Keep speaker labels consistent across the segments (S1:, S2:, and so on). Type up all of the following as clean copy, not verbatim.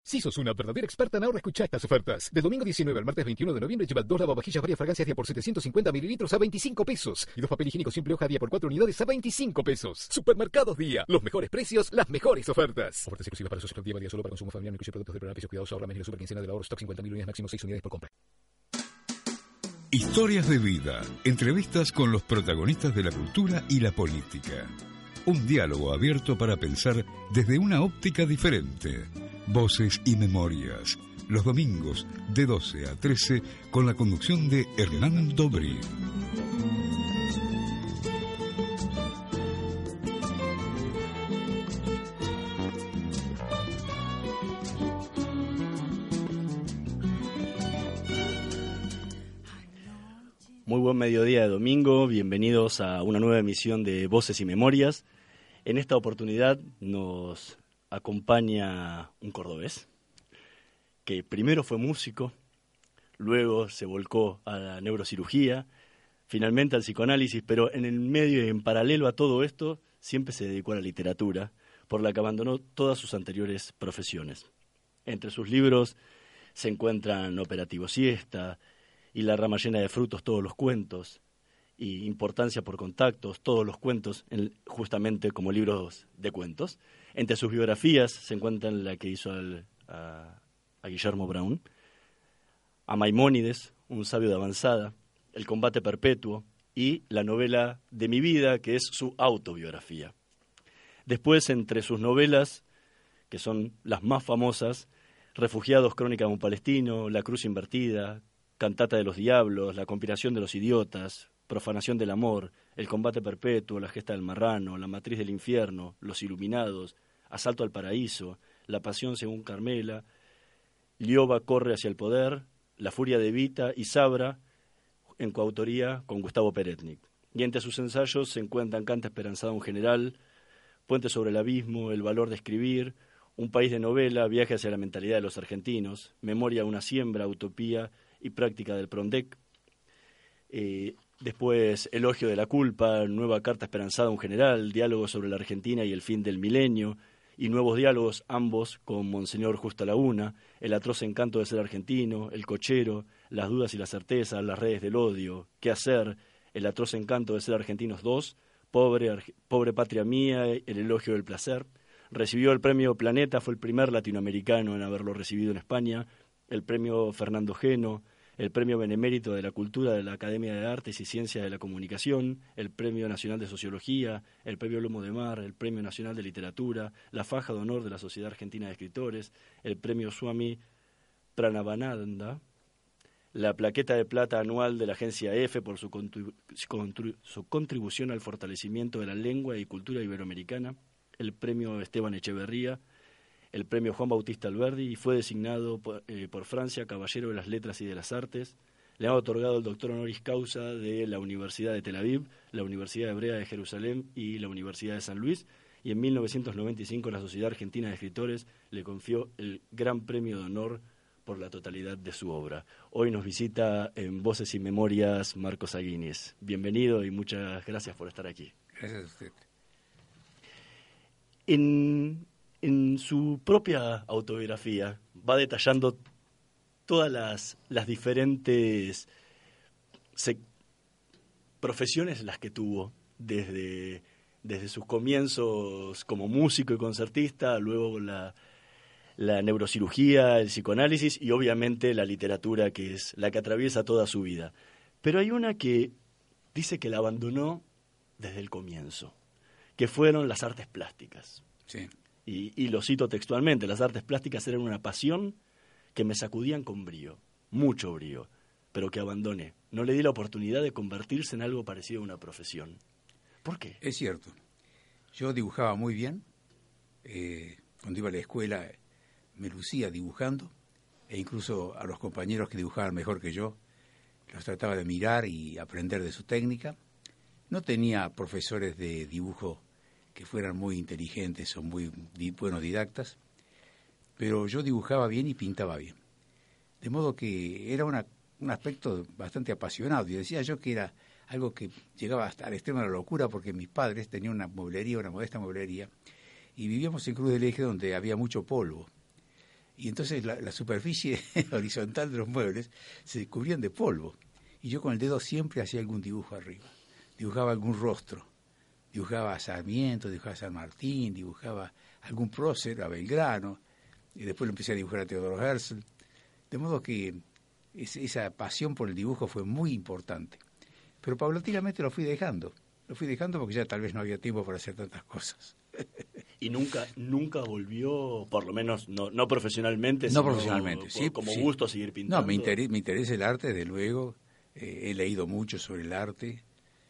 S1: Si sos una verdadera experta en ahorro, escuchá estas ofertas. Del domingo 19 al martes 21 de noviembre lleva 2 lavavajillas varias fragancias día por 750 mililitros a 25 pesos. Y 2 papel higiénico simple hoja día por 4 unidades a 25 pesos. Supermercados Día. Los mejores precios, las mejores ofertas. Ofertas exclusivas para socios día solo para consumo familiar. No incluye productos de programa. Precios cuidados. Ahorra menos de super quincena del ahorro. Stock 50.000 unidades máximo 6 unidades por compra.
S2: Historias de vida. Entrevistas con los protagonistas de la cultura y la política. Un diálogo abierto para pensar desde una óptica diferente. Voces y Memorias. Los domingos de 12 a 13 con la conducción de Hernán Dobrí.
S3: Muy buen mediodía de domingo, bienvenidos a una nueva emisión de Voces y Memorias. En esta oportunidad nos acompaña un cordobés que primero fue músico, luego se volcó a la neurocirugía, finalmente al psicoanálisis, pero en el medio y en paralelo a todo esto siempre se dedicó a la literatura, por la que abandonó todas sus anteriores profesiones. Entre sus libros se encuentran Operativo Siesta y La rama llena de frutos, todos los cuentos, y Importancia por contactos, todos los cuentos, justamente como libros de cuentos. Entre sus biografías se encuentran la que hizo a Guillermo Brown, a Maimónides, un sabio de avanzada, El combate perpetuo y la novela de mi vida, que es su autobiografía. Después, entre sus novelas, que son las más famosas, Refugiados, Crónica de un palestino, La cruz invertida, Cantata de los diablos, La conspiración de los idiotas, Profanación del amor, El combate perpetuo, La gesta del marrano, La matriz del infierno, Los iluminados, Asalto al paraíso, La pasión según Carmela, Lioba corre hacia el poder, La furia de Evita y Sabra, en coautoría con Gustavo Peretnik. Y entre sus ensayos se encuentran Canta esperanzada un general, Puente sobre el abismo, El valor de escribir, Un país de novela, Viaje hacia la mentalidad de los argentinos, Memoria a una siembra, Utopía y práctica del Prondec. Después, Elogio de la culpa, Nueva carta esperanzada a un general, Diálogo sobre la Argentina y el fin del milenio, y nuevos diálogos, ambos con Monseñor Justa Laguna, El atroz encanto de ser argentino, El cochero, Las dudas y las certezas, Las redes del odio, Qué hacer, El atroz encanto de ser argentinos 2, Pobre patria mía, El elogio del placer. Recibió el premio Planeta, fue el primer latinoamericano en haberlo recibido en España, el premio Fernando Geno, el Premio Benemérito de la Cultura de la Academia de Artes y Ciencias de la Comunicación, el Premio Nacional de Sociología, el Premio Lomo de Mar, el Premio Nacional de Literatura, la Faja de Honor de la Sociedad Argentina de Escritores, el Premio Swami Pranavananda, la Plaqueta de Plata anual de la Agencia EFE por su contribución al fortalecimiento de la lengua y cultura iberoamericana, el Premio Esteban Echeverría, el Premio Juan Bautista Alberdi, y fue designado por Francia Caballero de las Letras y de las Artes. Le ha otorgado el doctor honoris causa de la Universidad de Tel Aviv, la Universidad Hebrea de Jerusalén y la Universidad de San Luis, y en 1995 la Sociedad Argentina de Escritores le confió el Gran Premio de Honor por la totalidad de su obra. Hoy nos visita en Voces y Memorias Marcos Aguinis. Bienvenido y muchas gracias por estar aquí.
S2: Gracias a usted.
S3: En su propia autobiografía va detallando todas las diferentes profesiones en las que tuvo, desde sus comienzos como músico y concertista, luego la neurocirugía, el psicoanálisis y obviamente la literatura, que es la que atraviesa toda su vida. Pero hay una que dice que la abandonó desde el comienzo, que fueron las artes plásticas.
S2: Sí.
S3: Y lo cito textualmente: las artes plásticas eran una pasión que me sacudían con brío, mucho brío, pero que abandoné. No le di la oportunidad de convertirse en algo parecido a una profesión. ¿Por qué?
S2: Es cierto. Yo dibujaba muy bien. Cuando iba a la escuela me lucía dibujando, e incluso a los compañeros que dibujaban mejor que yo los trataba de mirar y aprender de su técnica. No tenía profesores de dibujo que fueran muy inteligentes o muy buenos didactas, pero yo dibujaba bien y pintaba bien. De modo que era un aspecto bastante apasionado, y decía yo que era algo que llegaba hasta al extremo de la locura, porque mis padres tenían una modesta mueblería, y vivíamos en Cruz del Eje, donde había mucho polvo. y entonces la superficie horizontal de los muebles se cubrían de polvo. Y yo con el dedo siempre hacía algún dibujo arriba. Dibujaba algún rostro, dibujaba a Sarmiento, dibujaba a San Martín, dibujaba algún prócer, a Belgrano, y después lo empecé a dibujar a Teodoro Herzl. De modo que esa pasión por el dibujo fue muy importante. Pero paulatinamente lo fui dejando porque ya tal vez no había tiempo para hacer tantas cosas.
S3: ¿Y nunca volvió, por lo menos no profesionalmente,
S2: no profesionalmente, sí,
S3: como
S2: sí.
S3: gusto a seguir pintando?
S2: No, me interesa el arte, desde luego. He leído mucho sobre el arte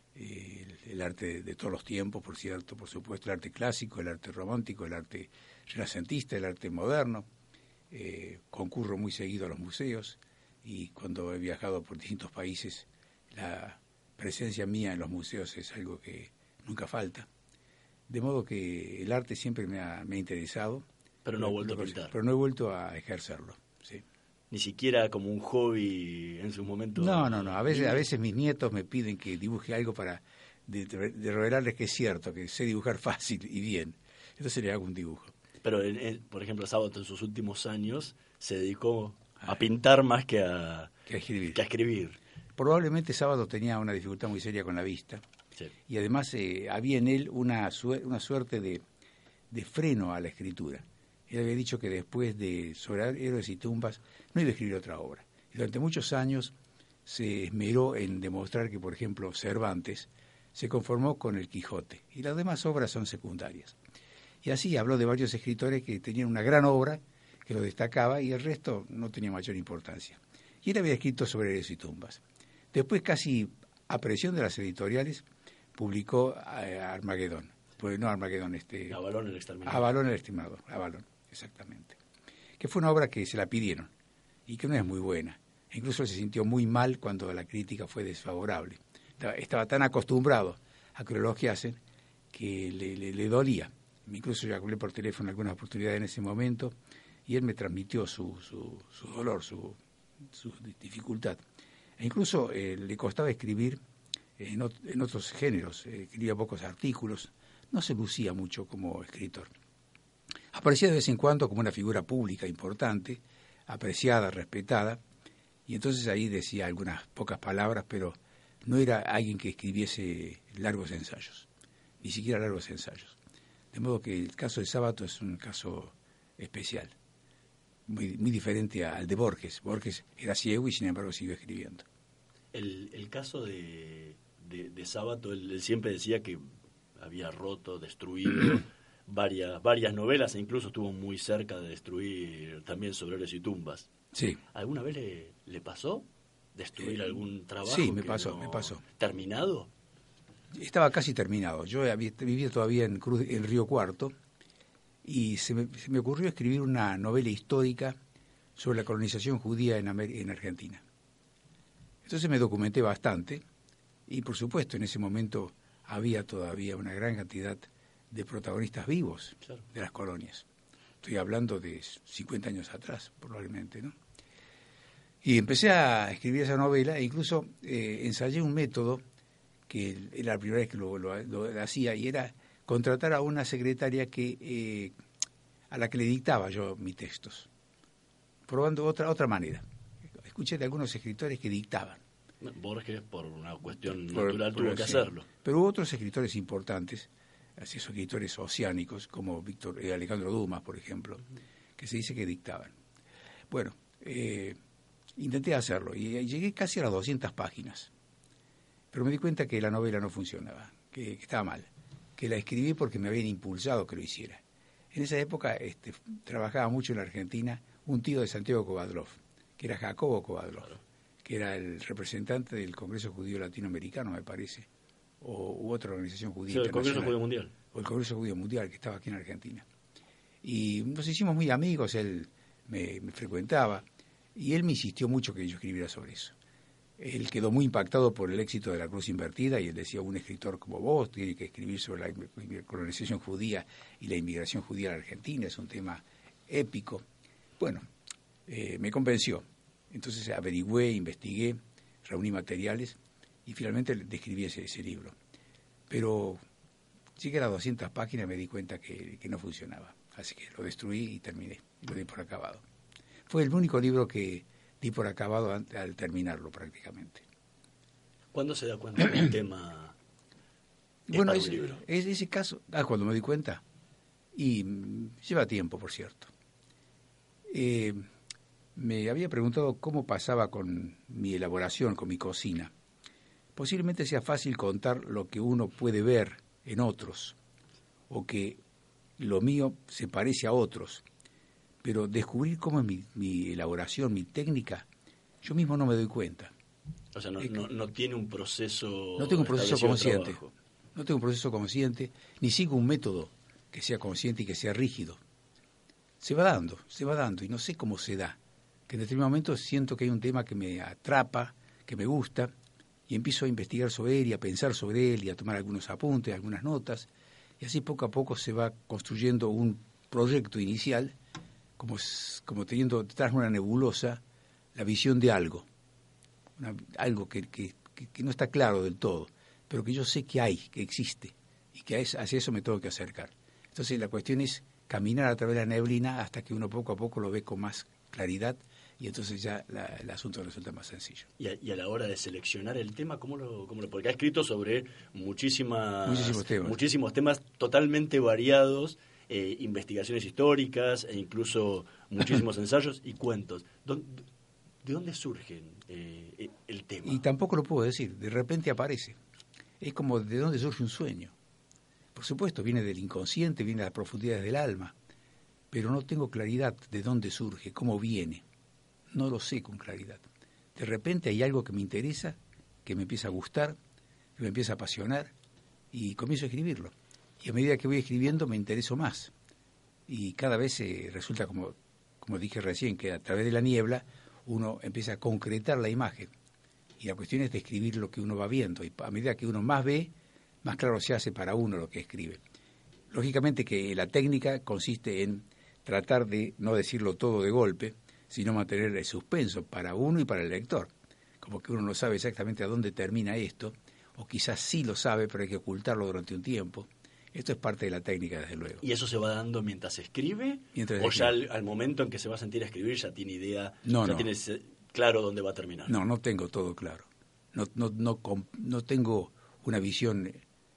S2: de todos los tiempos, por cierto, por supuesto, el arte clásico, el arte romántico, el arte renacentista, el arte moderno. Concurro muy seguido a los museos y cuando he viajado por distintos países, la presencia mía en los museos es algo que nunca falta. De modo que el arte siempre me ha interesado.
S3: Pero no ha vuelto a pintar.
S2: Pero no he vuelto a ejercerlo, sí.
S3: Ni siquiera como un hobby en sus momentos.
S2: No. A veces mis nietos me piden que dibuje algo para de revelarles que es cierto, que sé dibujar fácil y bien. Entonces le hago un dibujo.
S3: Pero, por ejemplo, Sábato en sus últimos años se dedicó a pintar más que a escribir.
S2: Probablemente Sábato tenía una dificultad muy seria con la vista.
S3: Sí.
S2: Y además había en él una suerte de freno a la escritura. Él había dicho que después de Sobre héroes y tumbas no iba a escribir otra obra. Y durante muchos años se esmeró en demostrar que, por ejemplo, Cervantes se conformó con el Quijote y las demás obras son secundarias. Y así habló de varios escritores que tenían una gran obra que lo destacaba y el resto no tenía mayor importancia. Y él había escrito Sobre héroes y tumbas. Después, casi a presión de las editoriales, publicó Armagedón. Pues no Armagedón,
S3: Avalón el exterminador.
S2: Avalón el exterminador, Avalón, exactamente. Que fue una obra que se la pidieron y que no es muy buena. Incluso él se sintió muy mal cuando la crítica fue desfavorable. Estaba tan acostumbrado a que lo elogiasen que le dolía. Incluso yo hablé por teléfono algunas oportunidades en ese momento y él me transmitió su dolor, su dificultad. E incluso le costaba escribir en otros géneros, escribía pocos artículos, no se lucía mucho como escritor. Aparecía de vez en cuando como una figura pública importante, apreciada, respetada, y entonces ahí decía algunas pocas palabras, pero no era alguien que escribiese largos ensayos, ni siquiera largos ensayos. De modo que el caso de Sábato es un caso especial, muy diferente al de Borges. Borges era ciego y sin embargo siguió escribiendo.
S3: El caso de Sábato, él siempre decía que había roto, destruido varias novelas e incluso estuvo muy cerca de destruir también Sobre héroes y tumbas.
S2: Sí.
S3: ¿Alguna vez le pasó destruir algún trabajo?
S2: Sí, me pasó.
S3: ¿Terminado?
S2: Estaba casi terminado. Yo vivía todavía en Río Cuarto y se me ocurrió escribir una novela histórica sobre la colonización judía en Argentina. Entonces me documenté bastante y, por supuesto, en ese momento había todavía una gran cantidad de protagonistas vivos, claro, de las colonias. Estoy hablando de 50 años atrás, probablemente, ¿no? Y empecé a escribir esa novela e incluso ensayé un método que era la primera vez que lo hacía, y era contratar a una secretaria a la que le dictaba yo mis textos, probando otra manera. Escuché de algunos escritores que dictaban.
S3: Borges, por una cuestión natural, tuvo que hacerlo.
S2: Pero hubo otros escritores importantes, esos escritores oceánicos, como Alejandro Dumas, por ejemplo, que se dice que dictaban. Bueno, intenté hacerlo y llegué casi a las 200 páginas. Pero me di cuenta que la novela no funcionaba, que estaba mal, que la escribí porque me habían impulsado que lo hiciera. En esa época trabajaba mucho en la Argentina un tío de Santiago Kovadlov, que era Jacobo Kovadlov, que era el representante del Congreso Judío Latinoamericano, me parece, u otra organización judía internacional.
S3: El Congreso Judío Mundial.
S2: O el Congreso Judío Mundial, que estaba aquí en Argentina. Y nos hicimos muy amigos, él me frecuentaba, y él me insistió mucho que yo escribiera sobre eso. Él quedó muy impactado por el éxito de La Cruz Invertida y él decía, un escritor como vos tiene que escribir sobre la colonización judía y la inmigración judía a la Argentina, es un tema épico. Bueno, me convenció. Entonces averigüé, investigué, reuní materiales y finalmente describí ese libro. Pero llegué a las 200 páginas y me di cuenta que no funcionaba. Así que lo destruí y terminé, lo di por acabado. Fue el único libro que di por acabado al terminarlo prácticamente.
S3: ¿Cuándo se da cuenta que el tema
S2: bueno,
S3: es para un libro?
S2: Es ese caso, cuando me di cuenta, y lleva tiempo, por cierto. Me había preguntado cómo pasaba con mi elaboración, con mi cocina. Posiblemente sea fácil contar lo que uno puede ver en otros, o que lo mío se parece a otros, pero descubrir cómo es mi elaboración, mi técnica, yo mismo no me doy cuenta.
S3: O sea, no tiene un proceso.
S2: No tengo un proceso consciente.
S3: Trabajo.
S2: No tengo un proceso consciente, ni sigo un método que sea consciente y que sea rígido. Se va dando, y no sé cómo se da. Que en determinado momento siento que hay un tema que me atrapa, que me gusta, y empiezo a investigar sobre él y a pensar sobre él y a tomar algunos apuntes, algunas notas, y así poco a poco se va construyendo un proyecto inicial, como teniendo detrás una nebulosa la visión de algo, algo que no está claro del todo, pero que yo sé que hay, que existe, y que hacia eso me tengo que acercar. Entonces la cuestión es caminar a través de la neblina hasta que uno poco a poco lo ve con más claridad, y entonces ya el asunto resulta más sencillo.
S3: Y a la hora de seleccionar el tema, ¿cómo lo porque ha escrito sobre muchísimos temas totalmente variados, investigaciones históricas e incluso muchísimos ensayos y cuentos. ¿De dónde surge el tema?
S2: Y tampoco lo puedo decir, de repente aparece. Es como de dónde surge un sueño. Por supuesto, viene del inconsciente, viene de las profundidades del alma, pero no tengo claridad de dónde surge, cómo viene. No lo sé con claridad. De repente hay algo que me interesa, que me empieza a gustar, que me empieza a apasionar, y comienzo a escribirlo. Y a medida que voy escribiendo me intereso más. Y cada vez resulta, como dije recién, que a través de la niebla uno empieza a concretar la imagen. Y la cuestión es describir lo que uno va viendo. Y a medida que uno más ve, más claro se hace para uno lo que escribe. Lógicamente que la técnica consiste en tratar de no decirlo todo de golpe, sino mantener el suspenso para uno y para el lector. Como que uno no sabe exactamente a dónde termina esto, o quizás sí lo sabe, pero hay que ocultarlo durante un tiempo. Esto es parte de la técnica, desde luego.
S3: ¿Y eso se va dando mientras escribe? Ya al momento en que se va a sentir a escribir ya tiene idea, tiene claro dónde va a terminar?
S2: No tengo todo claro. No tengo una visión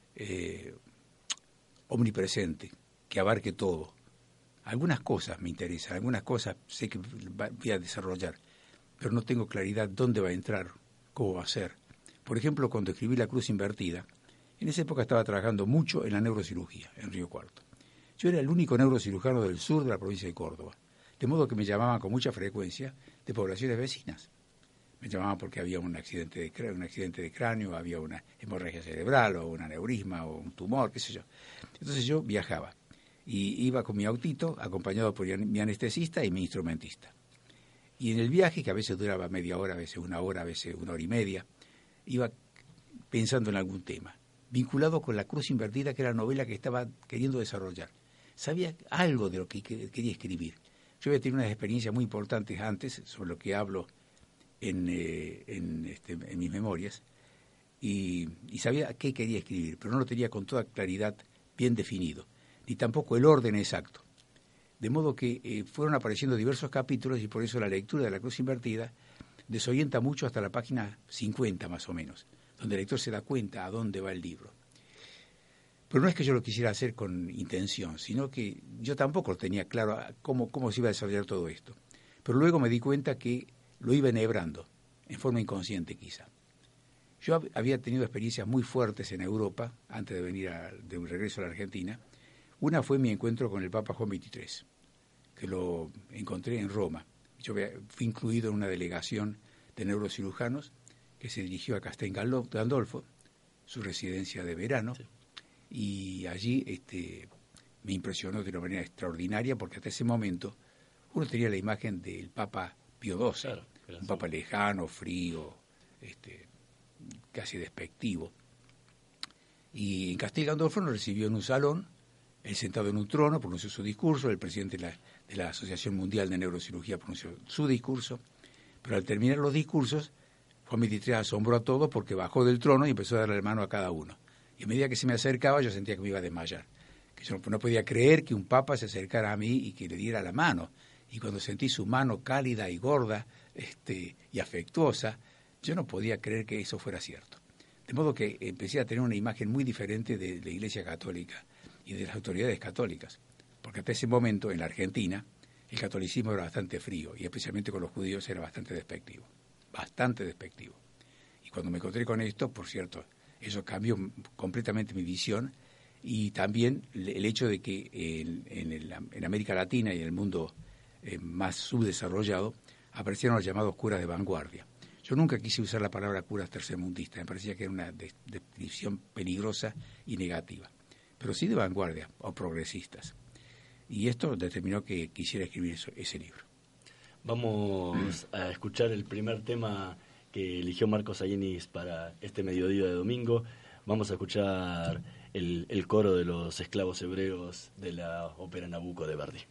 S2: omnipresente que abarque todo. Algunas cosas me interesan, algunas cosas sé que voy a desarrollar, pero no tengo claridad dónde va a entrar, cómo va a ser. Por ejemplo, cuando escribí La Cruz Invertida, en esa época estaba trabajando mucho en la neurocirugía, en Río Cuarto. Yo era el único neurocirujano del sur de la provincia de Córdoba, de modo que me llamaban con mucha frecuencia de poblaciones vecinas. Me llamaban porque había un accidente de cráneo, había una hemorragia cerebral, o un aneurisma, o un tumor, qué sé yo. Entonces yo viajaba. Y iba con mi autito, acompañado por mi anestesista y mi instrumentista. Y en el viaje, que a veces duraba media hora, a veces una hora, a veces una hora y media, iba pensando en algún tema, vinculado con La Cruz Invertida, que era la novela que estaba queriendo desarrollar. Sabía algo de lo que quería escribir. Yo había tenido unas experiencias muy importantes antes, sobre lo que hablo en mis memorias, y sabía qué quería escribir, pero no lo tenía con toda claridad bien definido, ni tampoco el orden exacto. De modo que fueron apareciendo diversos capítulos, y por eso la lectura de La Cruz Invertida desorienta mucho hasta la página 50 más o menos, donde el lector se da cuenta a dónde va el libro. Pero no es que yo lo quisiera hacer con intención, sino que yo tampoco tenía claro cómo se iba a desarrollar todo esto. Pero luego me di cuenta que lo iba enhebrando, en forma inconsciente quizá. Yo había tenido experiencias muy fuertes en Europa, antes de venir de un regreso a la Argentina. Una fue mi encuentro con el Papa Juan XXIII, que lo encontré en Roma. Yo fui incluido en una delegación de neurocirujanos que se dirigió a Castel Gandolfo, su residencia de verano, sí. Y allí me impresionó de una manera extraordinaria, porque hasta ese momento uno tenía la imagen del Papa Pío XII, claro, un papa lejano, frío, casi despectivo. Y en Castel Gandolfo nos recibió en un salón, él sentado en un trono, pronunció su discurso, el presidente de la Asociación Mundial de Neurocirugía pronunció su discurso, pero al terminar los discursos, Juan XXIII asombró a todos porque bajó del trono y empezó a darle la mano a cada uno. Y a medida que se me acercaba, yo sentía que me iba a desmayar, que yo no podía creer que un papa se acercara a mí y que le diera la mano, y cuando sentí su mano cálida y gorda y afectuosa, yo no podía creer que eso fuera cierto. De modo que empecé a tener una imagen muy diferente de la Iglesia Católica y de las autoridades católicas, porque hasta ese momento en la Argentina el catolicismo era bastante frío y especialmente con los judíos era bastante despectivo. Y cuando me encontré con esto, por cierto, eso cambió completamente mi visión, y también el hecho de que en América Latina y en el mundo más subdesarrollado aparecieron los llamados curas de vanguardia. Yo nunca quise usar la palabra curas tercermundistas, me parecía que era una descripción peligrosa y negativa, pero sí de vanguardia o progresistas. Y esto determinó que quisiera escribir ese libro.
S3: Vamos a escuchar el primer tema que eligió Marcos Aguinis para este mediodía de domingo. Vamos a escuchar el coro de los esclavos hebreos de la ópera Nabucco de Verdi.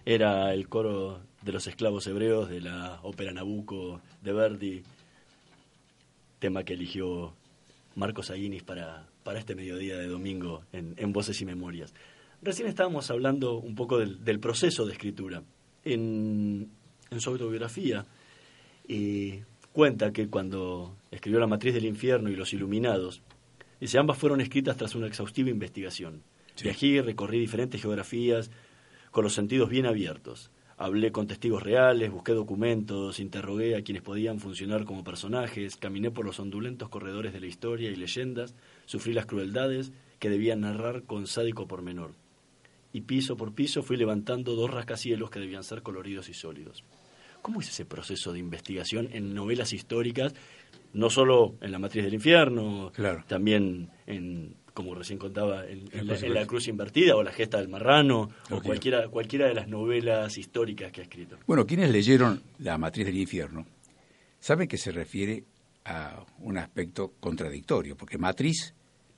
S3: Era el coro de los esclavos hebreos de la ópera Nabucco de Verdi, tema que eligió Marcos Aguinis para este mediodía de domingo en Voces y Memorias. Recién estábamos hablando un poco del proceso de escritura. En su autobiografía cuenta que cuando escribió La Matriz del Infierno y Los Iluminados, dice, ambas fueron escritas tras una exhaustiva investigación.
S2: Sí.
S3: Viajé y recorrí diferentes geografías con los sentidos bien abiertos. Hablé con testigos reales, busqué documentos, interrogué a quienes podían funcionar como personajes, caminé por los ondulentos corredores de la historia y leyendas, sufrí las crueldades que debían narrar con sádico pormenor. Y piso por piso fui levantando 2 rascacielos que debían ser coloridos y sólidos. ¿Cómo es ese proceso de investigación en novelas históricas? No solo en La Matriz del Infierno,
S2: Claro.
S3: También como recién contaba, en la Cruz Invertida o La Gesta del Marrano, o cualquiera de las novelas históricas que ha escrito.
S2: Bueno, quienes leyeron La Matriz del Infierno saben que se refiere a un aspecto contradictorio, porque matriz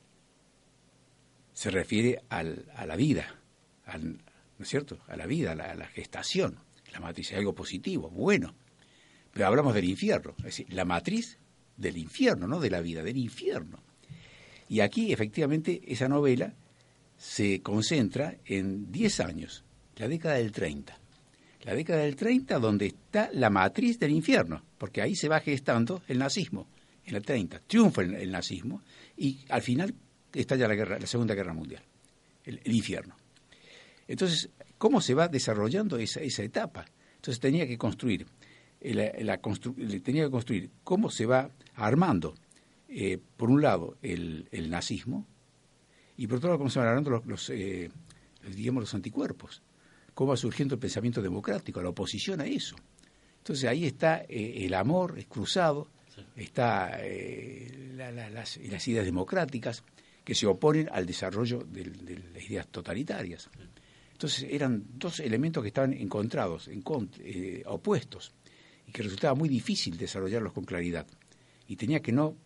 S2: se refiere a la vida, ¿no es cierto? A la vida, a la gestación. La matriz es algo positivo, bueno. Pero hablamos del infierno, es decir, la matriz del infierno, no de la vida, del infierno. Y aquí, efectivamente, esa novela se concentra en 10 años, la década del 30. La década del 30 donde está la matriz del infierno, porque ahí se va gestando el nazismo, en el 30. Triunfa el nazismo y al final estalla la Segunda Guerra Mundial, el infierno. Entonces, ¿cómo se va desarrollando esa etapa? Entonces tenía que construir, cómo se va armando, por un lado, el nazismo, y por otro lado, cómo se van armando los anticuerpos, cómo va surgiendo el pensamiento democrático, la oposición a eso. Entonces ahí está el amor cruzado, está las ideas democráticas que se oponen al desarrollo de las ideas totalitarias. Entonces eran 2 elementos que estaban encontrados, opuestos, y que resultaba muy difícil desarrollarlos con claridad. Y tenía que no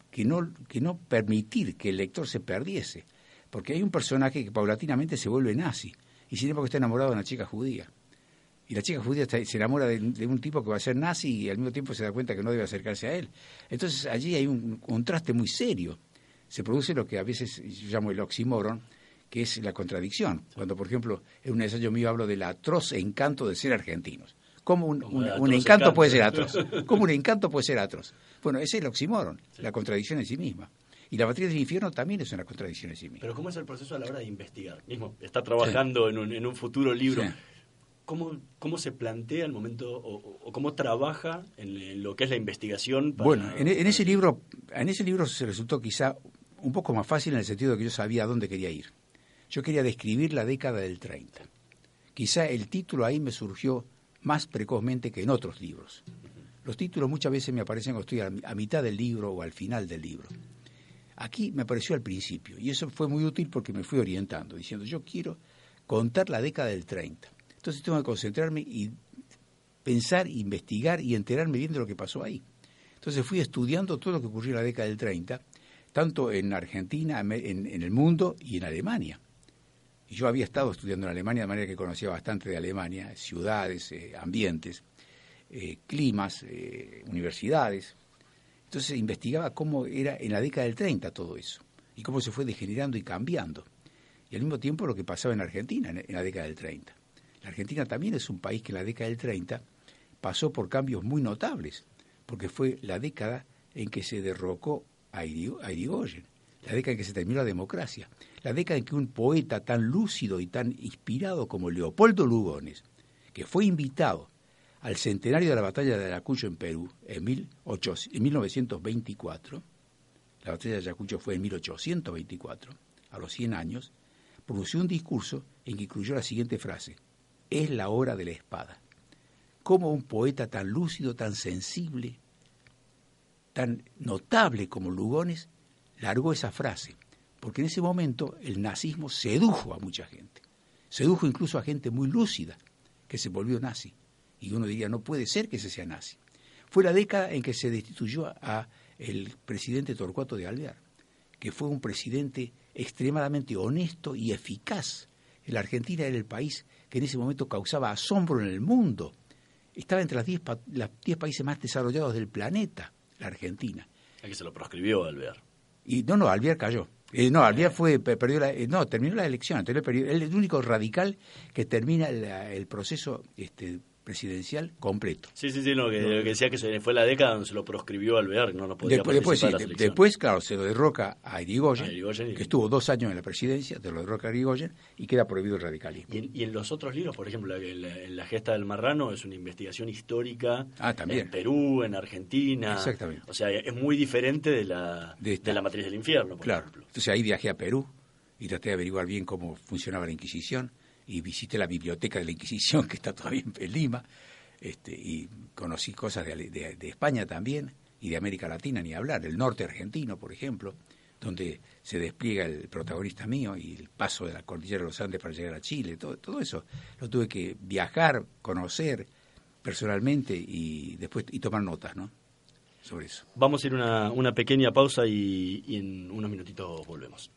S2: permitir que el lector se perdiese, porque hay un personaje que paulatinamente se vuelve nazi, y sin embargo está enamorado de una chica judía. Y la chica judía se enamora de un tipo que va a ser nazi y al mismo tiempo se da cuenta que no debe acercarse a él. Entonces allí hay un contraste muy serio. Se produce lo que a veces yo llamo el oxímoron, que es la contradicción. Cuando, por ejemplo, en un ensayo mío hablo del atroz encanto de ser argentinos. ¿Cómo un encanto puede ser atroz? ¿Cómo un encanto puede ser atroz? Bueno, ese es el oxímoron, la contradicción en sí misma. Y La Matriz del Infierno también es una contradicción en sí misma.
S3: Pero ¿cómo es el proceso a la hora de investigar? Mismo está trabajando en un futuro libro. Sí. ¿Cómo se plantea el momento o cómo trabaja en lo que es la investigación?
S2: Bueno, en ese libro se resultó quizá un poco más fácil en el sentido de que yo sabía a dónde quería ir. Yo quería describir la década del 30. Quizá el título ahí me surgió más precozmente que en otros libros. Los títulos muchas veces me aparecen cuando estoy a mitad del libro o al final del libro. Aquí me apareció al principio, y eso fue muy útil porque me fui orientando, diciendo, yo quiero contar la década del 30. Entonces tengo que concentrarme y pensar, investigar y enterarme bien de lo que pasó ahí. Entonces fui estudiando todo lo que ocurrió en la década del 30, tanto en Argentina, en el mundo y en Alemania. Y yo había estado estudiando en Alemania, de manera que conocía bastante de Alemania, ciudades, ambientes, climas, universidades. Entonces investigaba cómo era en la década del 30 todo eso, y cómo se fue degenerando y cambiando. Y al mismo tiempo lo que pasaba en Argentina en la década del 30. La Argentina también es un país que en la década del 30 pasó por cambios muy notables, porque fue la década en que se derrocó a Irigoyen, la década en que se terminó la democracia, la década en que un poeta tan lúcido y tan inspirado como Leopoldo Lugones, que fue invitado al centenario de la batalla de Ayacucho en Perú en 1924, la batalla de Ayacucho fue en 1824, a los 100 años, pronunció un discurso en que incluyó la siguiente frase: es la hora de la espada. ¿Cómo un poeta tan lúcido, tan sensible, tan notable como Lugones largó esa frase? Porque en ese momento el nazismo sedujo a mucha gente, sedujo incluso a gente muy lúcida que se volvió nazi. Y uno diría, no puede ser que ese sea nazi. Fue la década en que se destituyó a el presidente Torcuato de Alvear, que fue un presidente extremadamente honesto y eficaz. La Argentina era el país que que en ese momento causaba asombro en el mundo. Estaba entre los 10 países más desarrollados del planeta, la Argentina.
S3: A que se lo proscribió Alvear.
S2: Y no, Alvear cayó. Alvear terminó la elección. Él es el único radical que termina el proceso presidencial completo.
S3: Sí, lo que decía que se fue la década donde se lo proscribió Alvear, no podía participar en las elecciones.
S2: Después, claro, se lo derroca a Irigoyen, que estuvo 2 años en la presidencia, se lo derroca a Irigoyen y queda prohibido el radicalismo.
S3: Y en los otros libros, por ejemplo, la gesta del marrano es una investigación histórica
S2: también.
S3: En Perú, en Argentina.
S2: Exactamente.
S3: O sea, es muy diferente de la matriz del infierno, por ejemplo.
S2: Entonces ahí viajé a Perú y traté de averiguar bien cómo funcionaba la Inquisición, y visité la biblioteca de la Inquisición, que está todavía en Lima, y conocí cosas de España también, y de América Latina, ni hablar, el norte argentino, por ejemplo, donde se despliega el protagonista mío, y el paso de la cordillera de los Andes para llegar a Chile, todo eso lo tuve que viajar, conocer personalmente, y después tomar notas, ¿no?, sobre eso.
S3: Vamos a ir una pequeña pausa y en unos minutitos volvemos.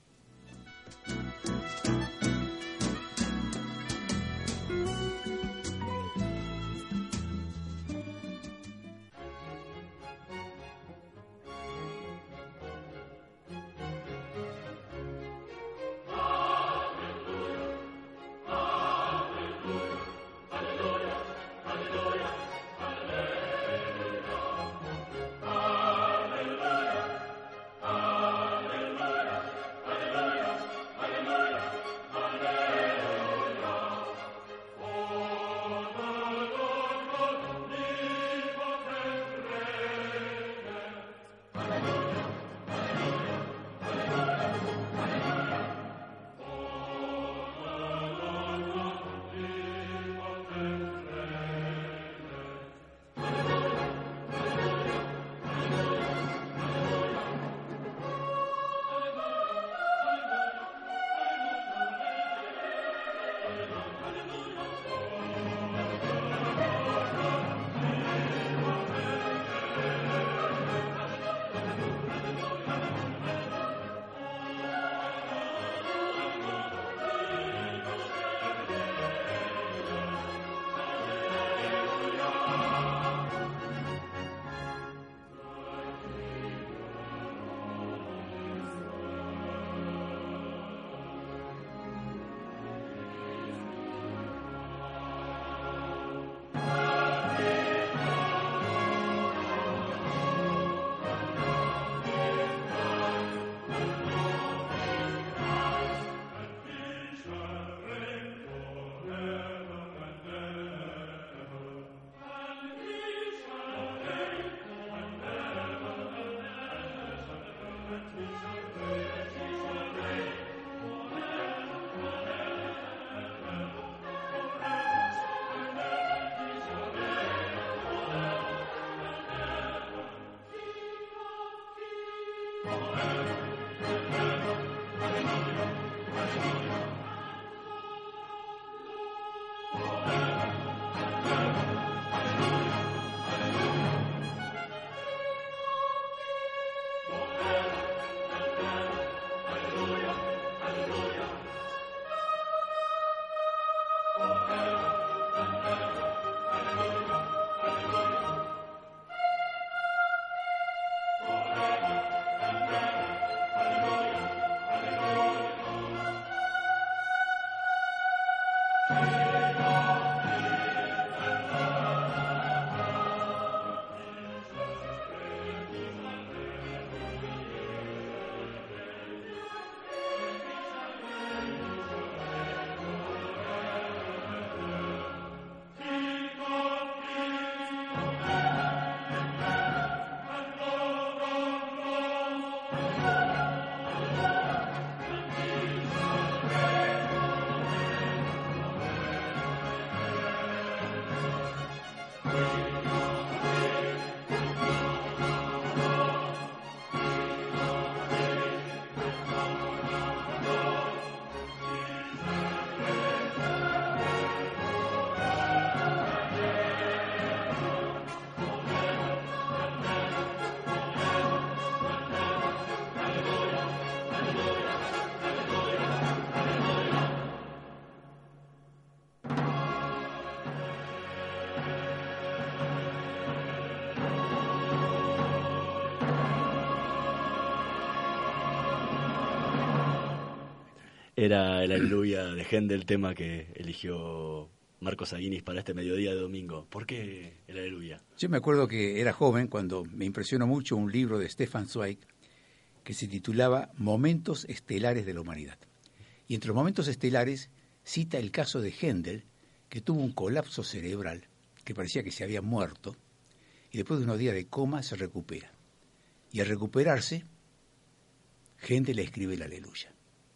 S3: Era el Aleluya de Händel, tema que eligió Marcos Aguinis para este mediodía de domingo. ¿Por qué el Aleluya?
S2: Yo me acuerdo que era joven cuando me impresionó mucho un libro de Stefan Zweig que se titulaba Momentos estelares de la humanidad. Y entre los momentos estelares cita el caso de Händel, que tuvo un colapso cerebral, que parecía que se había muerto, y después de unos días de coma se recupera. Y al recuperarse, Händel le escribe el Aleluya.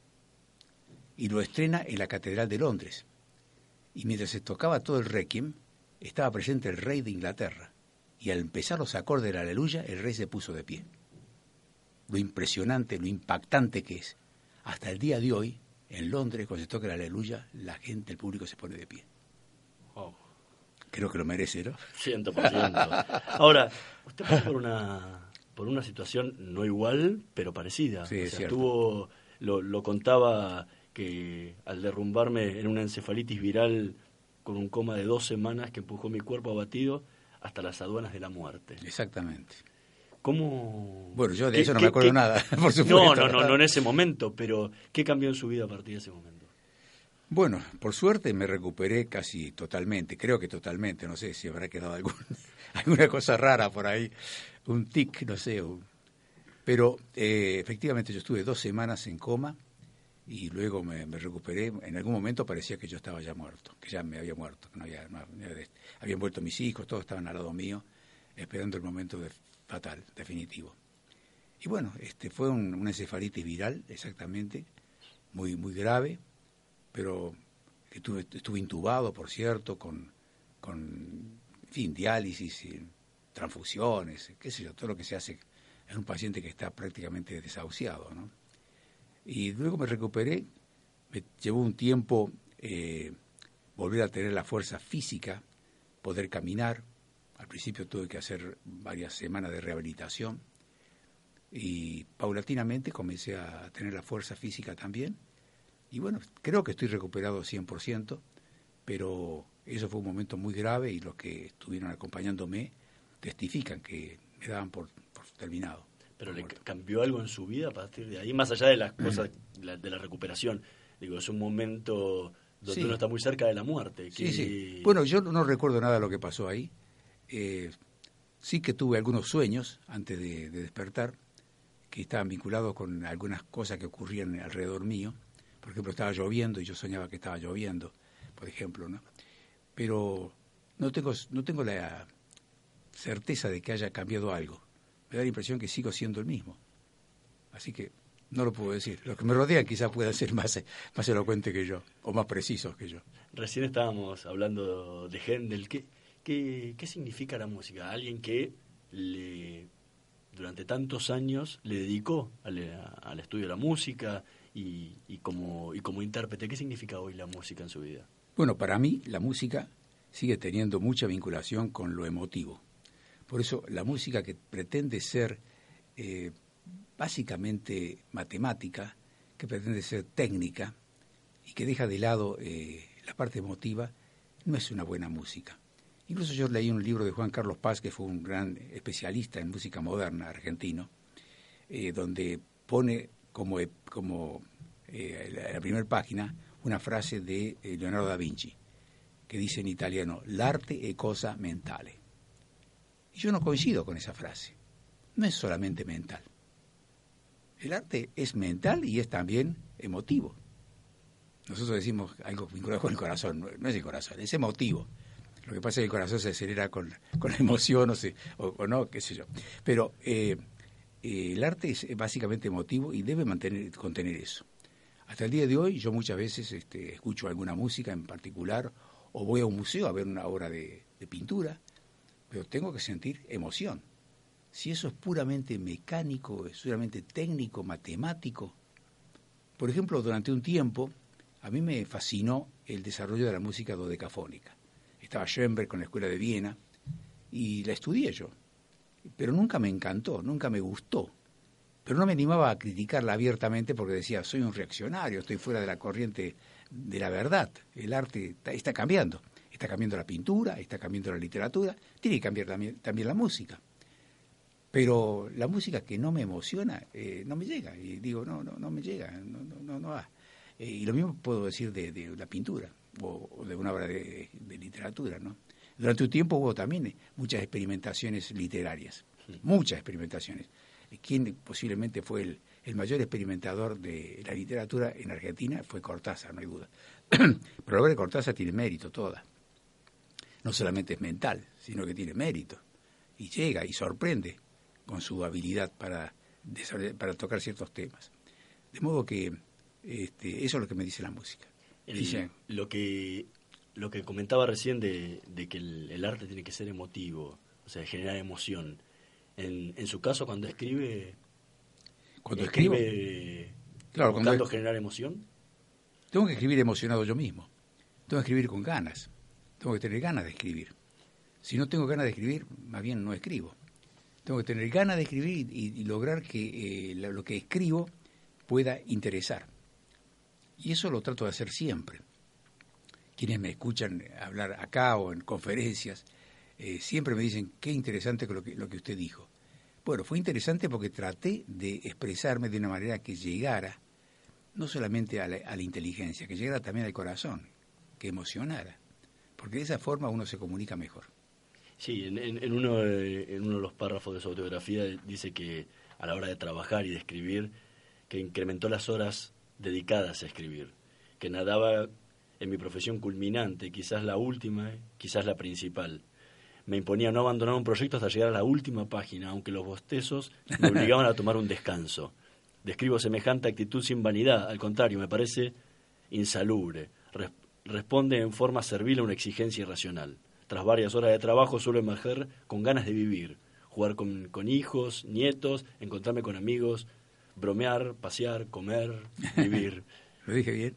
S2: Y lo estrena en la Catedral de Londres. Y mientras se tocaba todo el Requiem, estaba presente el rey de Inglaterra. Y al empezar los acordes del Aleluya, el rey se puso de pie. Lo impresionante, lo impactante que es. Hasta el día de hoy, en Londres, cuando se toca el Aleluya, la gente, el público se pone de pie.
S3: Oh.
S2: Creo que lo merece, ¿no?
S3: 100%. Ahora, usted pasó por una situación no igual, pero parecida.
S2: Sí,
S3: o
S2: es
S3: sea,
S2: cierto.
S3: lo contaba que al derrumbarme en una encefalitis viral con un coma de 2 semanas que empujó mi cuerpo abatido hasta las aduanas de la muerte.
S2: Exactamente.
S3: ¿Cómo?
S2: Bueno, yo de eso no me acuerdo nada, por supuesto.
S3: No en ese momento, pero ¿qué cambió en su vida a partir de ese momento?
S2: Bueno, por suerte me recuperé casi totalmente, creo que totalmente, no sé si habrá quedado alguna cosa rara por ahí, un tic, no sé. Pero efectivamente yo estuve 2 semanas en coma y luego me recuperé. En algún momento parecía que yo estaba ya muerto, que ya me había muerto, que habían vuelto mis hijos, todos estaban al lado mío, esperando el momento fatal, definitivo. Y bueno, fue una encefalitis viral, exactamente, muy, muy grave, pero estuve intubado, por cierto, con en fin, diálisis, transfusiones, qué sé yo, todo lo que se hace en un paciente que está prácticamente desahuciado, ¿no? Y luego me recuperé, me llevó un tiempo volver a tener la fuerza física, poder caminar. Al principio tuve que hacer varias semanas de rehabilitación y paulatinamente comencé a tener la fuerza física también. Y bueno, creo que estoy recuperado 100%, pero eso fue un momento muy grave y los que estuvieron acompañándome testifican que me daban por terminado.
S3: ¿Pero le cambió algo en su vida a partir de ahí? Más allá de las cosas, de la recuperación. Digo, es un momento donde
S2: Sí.
S3: uno está muy cerca de la muerte.
S2: Sí. Bueno, yo no recuerdo nada de lo que pasó ahí. Sí que tuve algunos sueños antes de despertar que estaban vinculados con algunas cosas que ocurrían alrededor mío. Por ejemplo, estaba lloviendo y yo soñaba que estaba lloviendo, por ejemplo, ¿no? Pero no tengo la certeza de que haya cambiado algo. Me da la impresión que sigo siendo el mismo. Así que no lo puedo decir. Los que me rodean quizás puedan ser más elocuentes que yo, o más precisos que yo.
S3: Recién estábamos hablando de Händel. ¿Qué significa la música? Alguien que durante tantos años le dedicó al estudio de la música y como intérprete. ¿Qué significa hoy la música en su vida?
S2: Bueno, para mí la música sigue teniendo mucha vinculación con lo emotivo. Por eso la música que pretende ser básicamente matemática, que pretende ser técnica y que deja de lado la parte emotiva, no es una buena música. Incluso yo leí un libro de Juan Carlos Paz, que fue un gran especialista en música moderna argentino, donde pone como la primera página una frase de Leonardo da Vinci, que dice en italiano, l'arte è cosa mentale. Y yo no coincido con esa frase. No es solamente mental. El arte es mental y es también emotivo. Nosotros decimos algo vinculado con el corazón, no es el corazón, es emotivo. Lo que pasa es que el corazón se acelera con la emoción o no, qué sé yo. Pero el arte es básicamente emotivo y debe contener eso. Hasta el día de hoy yo muchas veces escucho alguna música en particular o voy a un museo a ver una obra de pintura, pero tengo que sentir emoción. Si eso es puramente mecánico, es puramente técnico, matemático. Por ejemplo, durante un tiempo a mí me fascinó el desarrollo de la música dodecafónica. Estaba Schoenberg con la Escuela de Viena y la estudié yo, pero nunca me encantó, nunca me gustó. Pero no me animaba a criticarla abiertamente porque decía, soy un reaccionario, estoy fuera de la corriente de la verdad. El arte está cambiando la pintura, está cambiando la literatura, tiene que cambiar también la música. Pero la música que no me emociona, no me llega. Y digo, no me llega, no va. Y lo mismo puedo decir de la pintura o de una obra de literatura, ¿no? Durante un tiempo hubo también muchas experimentaciones literarias, muchas experimentaciones. Quien posiblemente fue el mayor experimentador de la literatura en Argentina fue Cortázar, no hay duda. Pero la obra de Cortázar tiene mérito toda. No solamente es mental, sino que tiene mérito. Y llega y sorprende con su habilidad para tocar ciertos temas. De modo que eso es lo que me dice la música.
S3: Lo que comentaba recién de que el arte tiene que ser emotivo, o sea, generar emoción. En su caso, cuando escribe...
S2: Cuando escribo, claro,
S3: buscando generar emoción.
S2: Tengo que escribir emocionado yo mismo. Tengo que escribir con ganas. Tengo que tener ganas de escribir. Si no tengo ganas de escribir, más bien no escribo. Tengo que tener ganas de escribir y lograr que lo que escribo pueda interesar. Y eso lo trato de hacer siempre. Quienes me escuchan hablar acá o en conferencias, siempre me dicen, qué interesante lo que usted dijo. Bueno, fue interesante porque traté de expresarme de una manera que llegara no solamente a la inteligencia, que llegara también al corazón, que emocionara. Porque de esa forma uno se comunica mejor.
S3: Sí, en uno de los párrafos de su autobiografía dice que a la hora de trabajar y de escribir, que incrementó las horas dedicadas a escribir, que nadaba en mi profesión culminante, quizás la última, quizás la principal. Me imponía no abandonar un proyecto hasta llegar a la última página, aunque los bostezos me obligaban a tomar un descanso. Describo semejante actitud sin vanidad, al contrario, me parece insalubre. Responde en forma servil a una exigencia irracional. Tras varias horas de trabajo suelo emerger con ganas de vivir, jugar con hijos, nietos, encontrarme con amigos, bromear, pasear, comer, vivir.
S2: ¿Lo dije bien?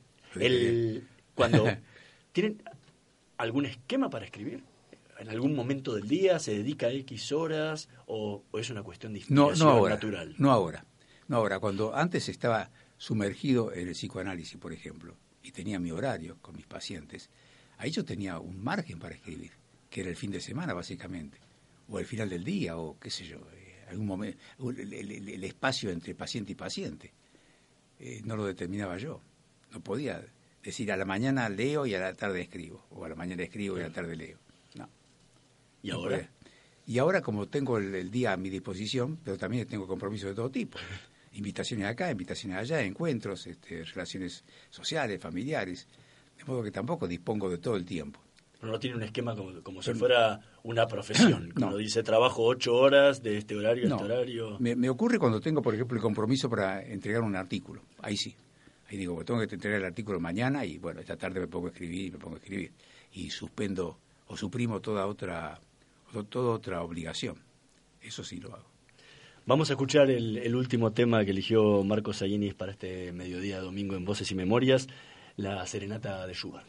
S3: Cuando ¿tienen algún esquema para escribir? ¿En algún momento del día se dedica a X horas o es una cuestión de inspiración natural?
S2: No ahora. Cuando antes estaba sumergido en el psicoanálisis, por ejemplo, y tenía mi horario con mis pacientes, ahí yo tenía un margen para escribir, que era el fin de semana básicamente, o el final del día, o qué sé yo, algún momento, el espacio entre paciente y paciente. No lo determinaba yo. No podía decir a la mañana leo y a la tarde escribo, o a la mañana escribo y a la tarde leo. No.
S3: ¿Y ahora?
S2: Y ahora, como tengo el día a mi disposición, pero también tengo compromisos de todo tipo. Invitaciones acá, invitaciones allá, encuentros, relaciones sociales, familiares. De modo que tampoco dispongo de todo el tiempo.
S3: Pero no tiene un esquema como si fuera una profesión. Como dice, trabajo 8 horas de este horario a este horario.
S2: Me ocurre cuando tengo, por ejemplo, el compromiso para entregar un artículo. Ahí sí. Ahí digo, tengo que entregar el artículo mañana y, bueno, esta tarde me pongo a escribir. Y suspendo o suprimo toda otra obligación. Eso sí lo hago.
S3: Vamos a escuchar el último tema que eligió Marcos Sallinis para este mediodía domingo en Voces y Memorias, la Serenata de Schubert.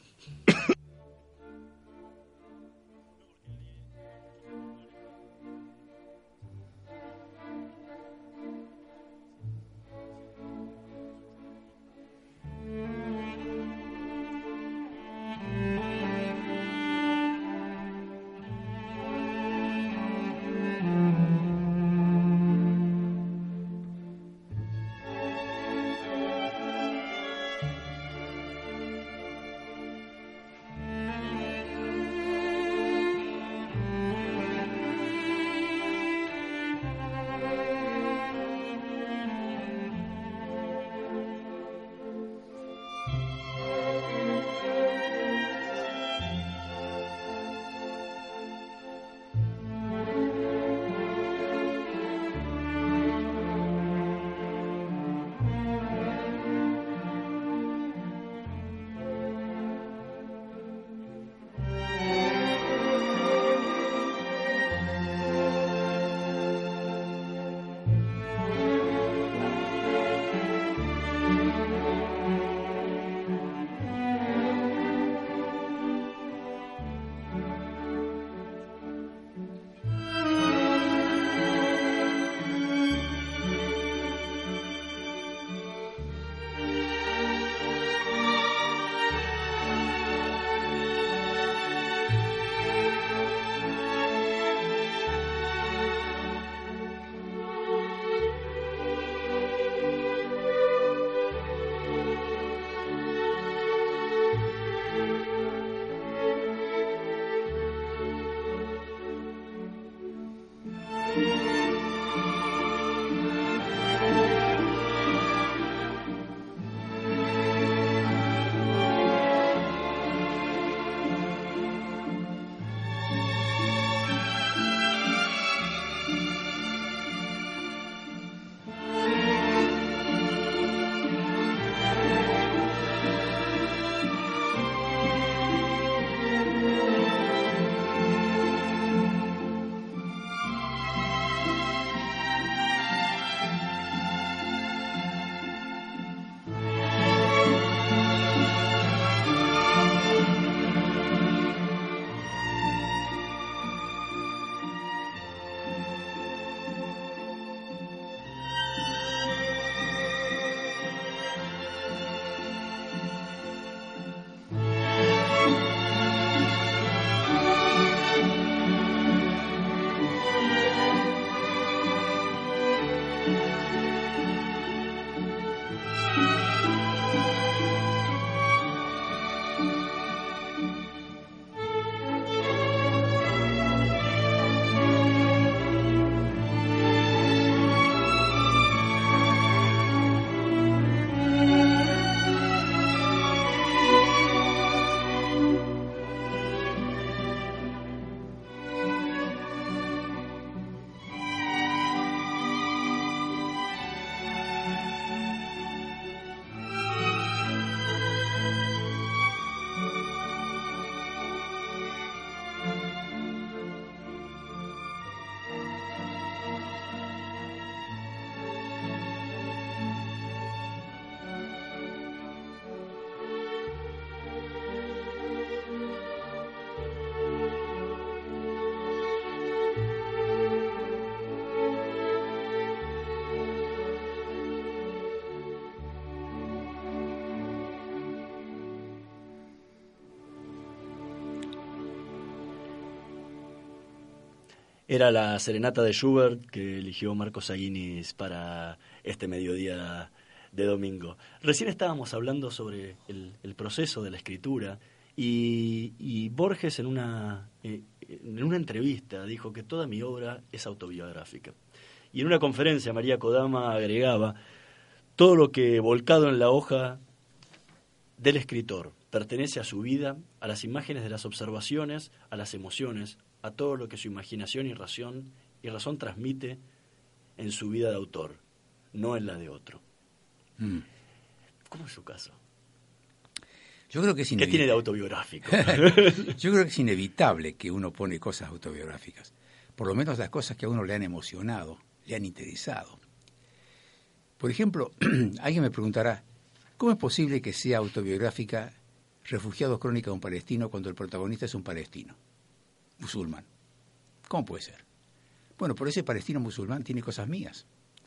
S3: Era la serenata de Schubert que eligió Marcos Aguinis para este mediodía de domingo. Recién estábamos hablando sobre el proceso de la escritura y Borges en una entrevista dijo que toda mi obra es autobiográfica. Y en una conferencia María Kodama agregaba: todo lo que volcado en la hoja del escritor pertenece a su vida, a las imágenes de las observaciones, a las emociones, a todo lo que su imaginación y razón transmite en su vida de autor, no en la de otro. ¿Cómo es su caso?
S2: Yo creo que es
S3: ¿Qué tiene de autobiográfico?
S2: Yo creo que es inevitable que uno pone cosas autobiográficas, por lo menos las cosas que a uno le han emocionado, le han interesado. Por ejemplo, alguien me preguntará, ¿cómo es posible que sea autobiográfica Refugiados, crónica de un palestino, cuando el protagonista es un palestino musulmán? ¿Cómo puede ser? Bueno, por ese palestino musulmán tiene cosas mías.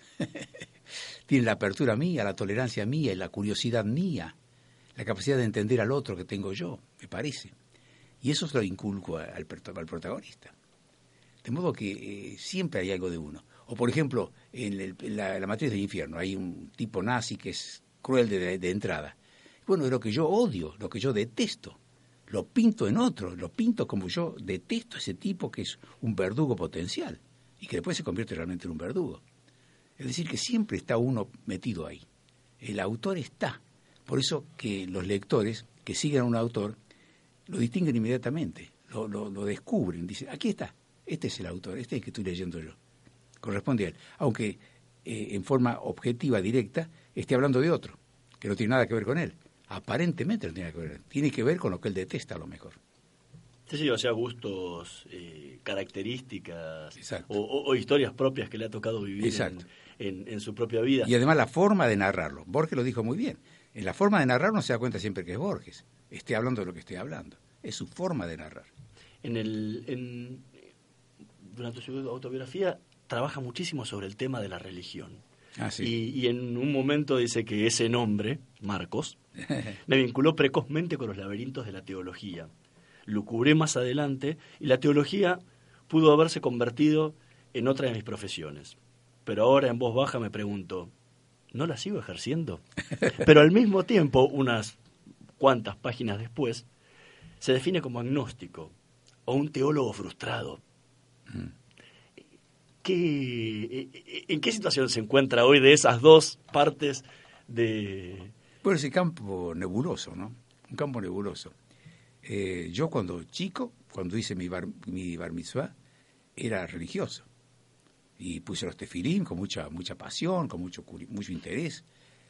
S2: Tiene la apertura mía, la tolerancia mía y la curiosidad mía, la capacidad de entender al otro que tengo yo, me parece. Y eso se lo inculco al protagonista. De modo que siempre hay algo de uno. O, por ejemplo, en la matriz del infierno hay un tipo nazi que es cruel de entrada. Bueno, es lo que yo odio, lo que yo detesto. Lo pinto en otro, lo pinto como yo detesto a ese tipo que es un verdugo potencial y que después se convierte realmente en un verdugo. Es decir, que siempre está uno metido ahí. El autor está. Por eso que los lectores que siguen a un autor lo distinguen inmediatamente, lo descubren, dicen, aquí está, este es el autor, este es el que estoy leyendo yo. Corresponde a él, aunque en forma objetiva, directa, esté hablando de otro, que no tiene nada que ver con él. Aparentemente no tiene que ver, tiene que ver con lo que él detesta a lo mejor.
S3: Sí, o sea, gustos, características
S2: o
S3: historias propias que le ha tocado vivir en su propia vida.
S2: Y además la forma de narrarlo. Borges lo dijo muy bien. En la forma de narrar uno se da cuenta siempre que es Borges. Esté hablando de lo que esté hablando. Es su forma de narrar.
S3: Durante su autobiografía trabaja muchísimo sobre el tema de la religión.
S2: Sí.
S3: Y en un momento dice que ese nombre, Marcos, me vinculó precozmente con los laberintos de la teología. Lo cubré más adelante y la teología pudo haberse convertido en otra de mis profesiones. Pero ahora en voz baja me pregunto, ¿no la sigo ejerciendo? Pero al mismo tiempo, unas cuantas páginas después, se define como agnóstico o un teólogo frustrado. ¿En qué situación se encuentra hoy de esas dos partes de...?
S2: Bueno, ese campo nebuloso, ¿no? Un campo nebuloso. Yo cuando chico, cuando hice mi bar mitzvah, era religioso. Y puse los tefilín con mucha pasión, con mucho interés.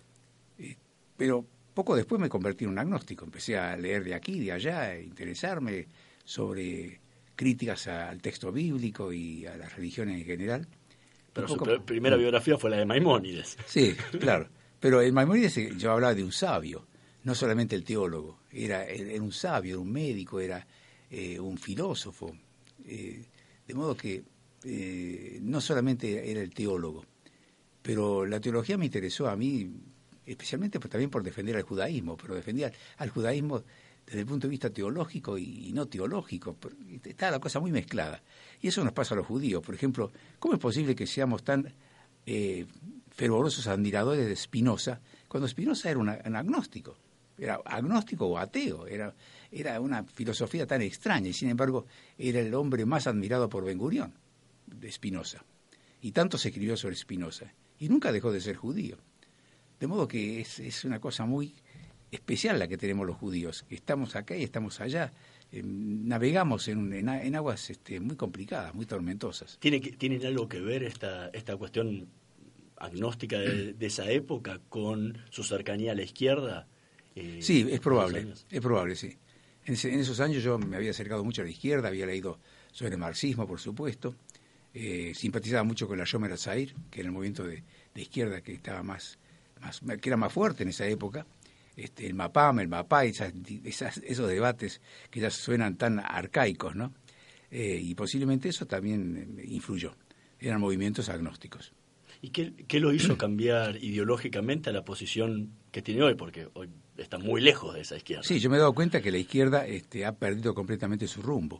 S2: Pero poco después me convertí en un agnóstico. Empecé a leer de aquí, de allá, a interesarme sobre críticas al texto bíblico y a las religiones en general.
S3: Pero su primera biografía fue la de Maimónides.
S2: Sí, claro. Pero en Maimónides yo hablaba de un sabio, no solamente el teólogo. Era un sabio, era un médico, era un filósofo. De modo que no solamente era el teólogo, pero la teología me interesó a mí, especialmente también por defender al judaísmo, pero defendía al judaísmo desde el punto de vista teológico y no teológico. Está la cosa muy mezclada. Y eso nos pasa a los judíos. Por ejemplo, ¿cómo es posible que seamos tan fervorosos admiradores de Spinoza, cuando Spinoza era un agnóstico? Era agnóstico o ateo, era una filosofía tan extraña, y sin embargo era el hombre más admirado por Ben Gurión, de Spinoza. Y tanto se escribió sobre Spinoza, y nunca dejó de ser judío. De modo que es una cosa muy especial la que tenemos los judíos, que estamos acá y estamos allá, navegamos en aguas muy complicadas, muy tormentosas.
S3: ¿Tiene algo que ver esta cuestión agnóstica de esa época con su cercanía a la izquierda?
S2: Sí, es probable, sí. En esos años yo me había acercado mucho a la izquierda, había leído sobre el marxismo, por supuesto, simpatizaba mucho con la Shomer Hatzair, que era el movimiento de izquierda que estaba que era más fuerte en esa época, el Mapam, el Mapay, esos debates que ya suenan tan arcaicos, ¿no? Y posiblemente eso también influyó. Eran movimientos agnósticos.
S3: ¿Y qué lo hizo cambiar ideológicamente a la posición que tiene hoy? Porque hoy está muy lejos de esa izquierda.
S2: Sí, yo me he dado cuenta que la izquierda ha perdido completamente su rumbo.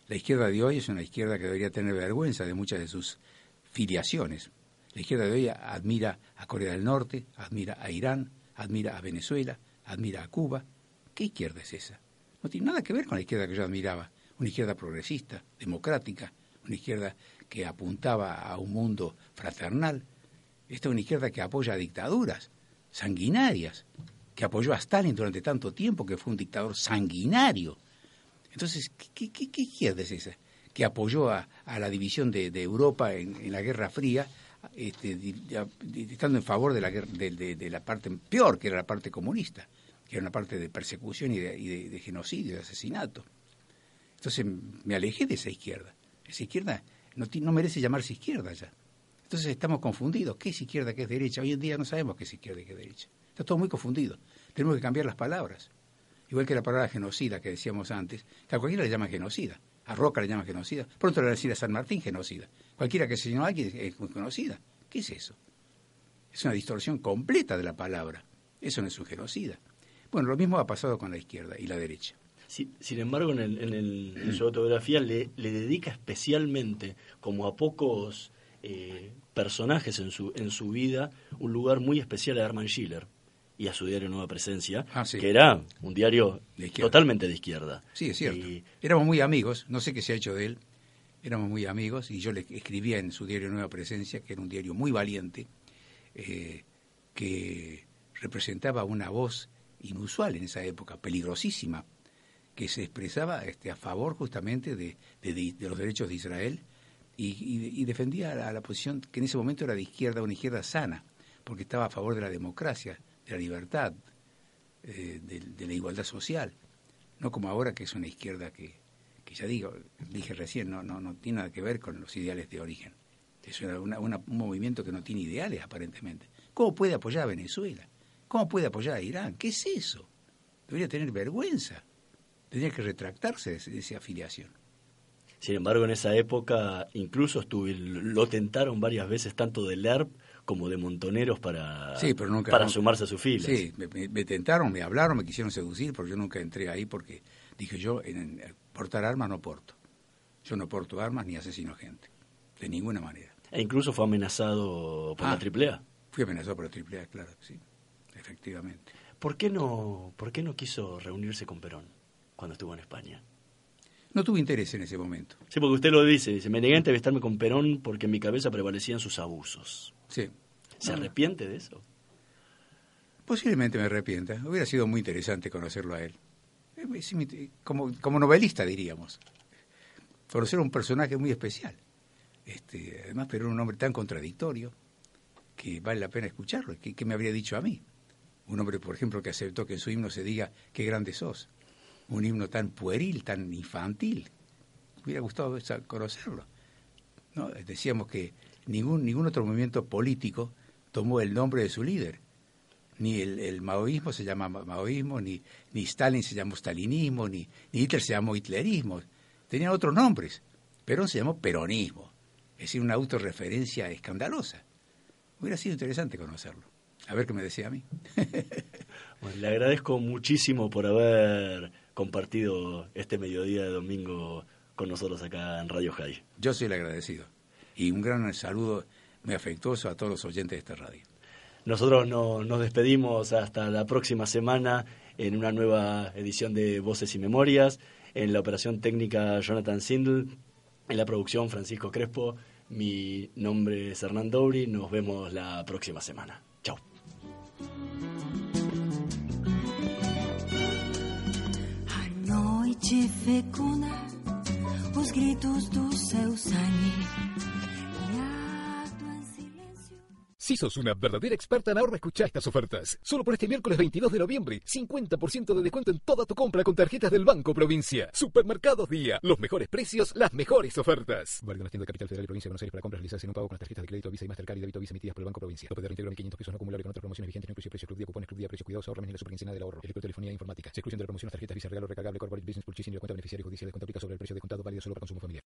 S2: La izquierda de hoy es una izquierda que debería tener vergüenza de muchas de sus filiaciones. La izquierda de hoy admira a Corea del Norte, admira a Irán, admira a Venezuela, admira a Cuba. ¿Qué izquierda es esa? No tiene nada que ver con la izquierda que yo admiraba. Una izquierda progresista, democrática, una izquierda que apuntaba a un mundo fraternal. Esta es una izquierda que apoya a dictaduras sanguinarias, que apoyó a Stalin durante tanto tiempo, que fue un dictador sanguinario. Entonces, ¿qué izquierda es esa? Que apoyó a la división de Europa en la Guerra Fría, estando en favor de la, de la parte peor, que era la parte comunista, que era una parte de persecución y de genocidio, de asesinato. Entonces me alejé de esa izquierda. Esa izquierda no merece llamarse izquierda ya. Entonces estamos confundidos. ¿Qué es izquierda, qué es derecha? Hoy en día no sabemos qué es izquierda y qué es derecha. Está todo muy confundido. Tenemos que cambiar las palabras. Igual que la palabra genocida que decíamos antes, que a cualquiera le llaman genocida. A Roca le llaman genocida. Pronto le van a decir a San Martín genocida. Cualquiera que asesinó a alguien es genocida. ¿Qué es eso? Es una distorsión completa de la palabra. Eso no es un genocida. Bueno, lo mismo ha pasado con la izquierda y la derecha.
S3: Sí, sin embargo, en su autobiografía le dedica especialmente, como a pocos personajes en su vida, un lugar muy especial a Hermann Schiller y a su diario Nueva Presencia,
S2: sí,
S3: que era un diario totalmente de izquierda.
S2: Sí, es cierto. Éramos muy amigos, no sé qué se ha hecho de él, éramos muy amigos y yo le escribía en su diario Nueva Presencia, que era un diario muy valiente, que representaba una voz inusual en esa época, peligrosísima, que se expresaba a favor justamente de los derechos de Israel y defendía la posición que en ese momento era de izquierda, una izquierda sana, porque estaba a favor de la democracia, de la libertad, de la igualdad social, no como ahora que es una izquierda que ya dije recién, no tiene nada que ver con los ideales de origen. Es un movimiento que no tiene ideales aparentemente. ¿Cómo puede apoyar a Venezuela? ¿Cómo puede apoyar a Irán? ¿Qué es eso? Debería tener vergüenza. Tendría que retractarse de esa afiliación.
S3: Sin embargo, en esa época incluso lo tentaron varias veces tanto de Lerp como de Montoneros para sumarse a sus filas.
S2: Sí, me tentaron, me hablaron, me quisieron seducir, porque yo nunca entré ahí porque dije yo, portar armas no porto. Yo no porto armas ni asesino gente, de ninguna manera.
S3: E incluso fue amenazado por la AAA.
S2: Fui amenazado por la AAA, claro, sí, efectivamente.
S3: ¿Por qué no quiso reunirse con Perón cuando estuvo en España?
S2: No tuve interés en ese momento.
S3: Sí, porque usted lo dice, me negué a entrevistarme con Perón porque en mi cabeza prevalecían sus abusos.
S2: Sí.
S3: ¿Se arrepiente de eso?
S2: Posiblemente me arrepienta. Hubiera sido muy interesante conocerlo a él. Como novelista, diríamos. Conocer a un personaje muy especial. Además, Perón era un hombre tan contradictorio que vale la pena escucharlo. ¿Qué me habría dicho a mí? Un hombre, por ejemplo, que aceptó que en su himno se diga qué grande sos. Un himno tan pueril, tan infantil. Me hubiera gustado conocerlo. ¿No? Decíamos que ningún otro movimiento político tomó el nombre de su líder. Ni el maoísmo se llama maoísmo, ni Stalin se llamó stalinismo, ni Hitler se llamó hitlerismo. Tenían otros nombres. Perón se llamó peronismo. Es decir, una autorreferencia escandalosa. Hubiera sido interesante conocerlo. A ver qué me decía a mí.
S3: Bueno, le agradezco muchísimo por haber compartido este mediodía de domingo con nosotros acá en Radio High.
S2: Yo soy el agradecido. Y un gran saludo muy afectuoso a todos los oyentes de esta radio.
S3: Nosotros nos despedimos hasta la próxima semana en una nueva edición de Voces y Memorias. En la operación técnica Jonathan Sindel, en la producción Francisco Crespo. Mi nombre es Hernán Dobri. Nos vemos la próxima semana. Chau.
S4: Noite fecunda, os gritos do seu sangue.
S1: Si sos una verdadera experta en ahorro, escuchá estas ofertas. Solo por este miércoles 22 de noviembre, 50% de descuento en toda tu compra con tarjetas del Banco Provincia. Supermercados Día. Los mejores precios, las mejores ofertas. Válido en las tiendas de Capital Federal y Provincia de Buenos Aires para compras realizadas en un pago con las tarjetas de crédito Visa y Mastercard y débito Visa emitidas por el Banco Provincia. Tope de reintegro 1.500 pesos no acumulable con otras promociones vigentes, no incluye precios club día, cupones club día, precios cuidados, ahorro, ni la superquincena del ahorro. Electro, telefonía e informática. Se excluyen de la promoción las tarjetas Visa, regalo, recargable, corporate business, purchasing y la cuenta beneficiario judicial de descuento aplica sobre el precio de contado válido solo para consumo familiar.